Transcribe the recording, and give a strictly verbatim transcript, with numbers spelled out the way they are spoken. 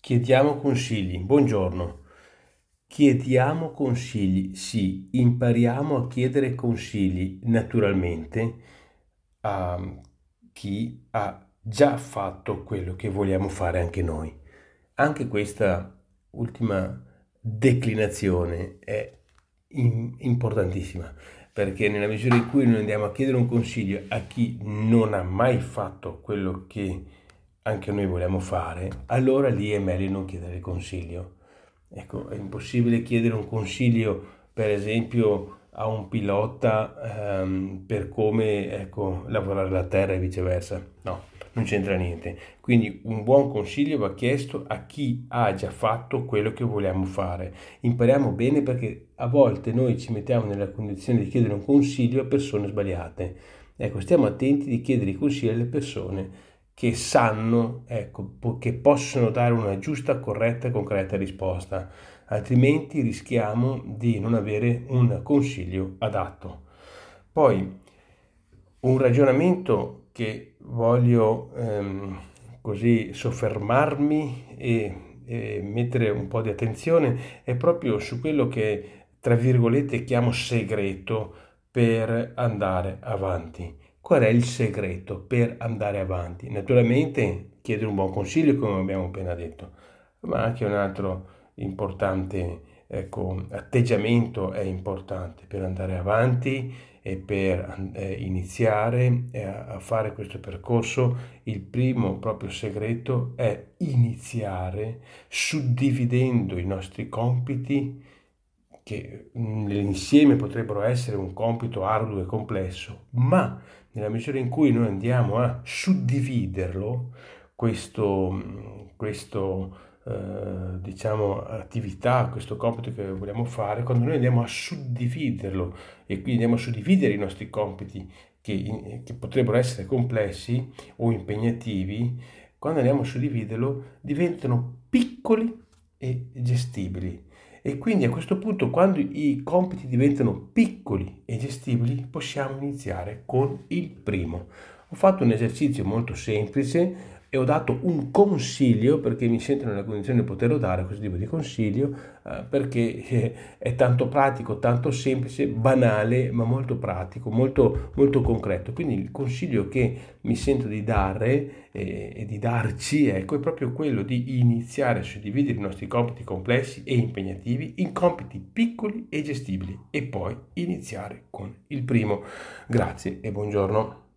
Chiediamo consigli. Buongiorno. Chiediamo consigli. Sì, impariamo a chiedere consigli naturalmente a chi ha già fatto quello che vogliamo fare anche noi. Anche questa ultima declinazione è in- importantissima, perché nella misura in cui noi andiamo a chiedere un consiglio a chi non ha mai fatto quello che anche noi vogliamo fare, allora lì è meglio non chiedere consiglio. Ecco, è impossibile chiedere un consiglio, per esempio, a un pilota ehm, per come, ecco, lavorare la terra e viceversa. No, non c'entra niente. Quindi un buon consiglio va chiesto a chi ha già fatto quello che vogliamo fare. Impariamo bene perché a volte noi ci mettiamo nella condizione di chiedere un consiglio a persone sbagliate. Ecco, stiamo attenti di chiedere i consigli alle persone che sanno, ecco, che possono dare una giusta, corretta e concreta risposta, altrimenti rischiamo di non avere un consiglio adatto. Poi un ragionamento che voglio ehm, così soffermarmi e, e mettere un po' di attenzione è proprio su quello che, tra virgolette, chiamo segreto per andare avanti. Qual è il segreto per andare avanti? Naturalmente chiedere un buon consiglio, come abbiamo appena detto, ma anche un altro importante, ecco, atteggiamento è importante per andare avanti e per eh, iniziare eh, a fare questo percorso. Il primo proprio segreto è iniziare suddividendo i nostri compiti che nell'insieme potrebbero essere un compito arduo e complesso, ma nella misura in cui noi andiamo a suddividerlo, questo, questo eh, diciamo, attività, questo compito che vogliamo fare, quando noi andiamo a suddividerlo e quindi andiamo a suddividere i nostri compiti che, che potrebbero essere complessi o impegnativi, quando andiamo a suddividerlo diventano piccoli e gestibili. E quindi a questo punto, quando i compiti diventano piccoli e gestibili, possiamo iniziare con il primo. Ho fatto un esercizio molto semplice e ho dato un consiglio, perché mi sento nella condizione di poterlo dare questo tipo di consiglio, eh, perché eh, è tanto pratico, tanto semplice, banale, ma molto pratico, molto, molto concreto. Quindi il consiglio che mi sento di dare eh, e di darci, ecco, è proprio quello di iniziare a suddividere i nostri compiti complessi e impegnativi in compiti piccoli e gestibili e poi iniziare con il primo. Grazie e buongiorno.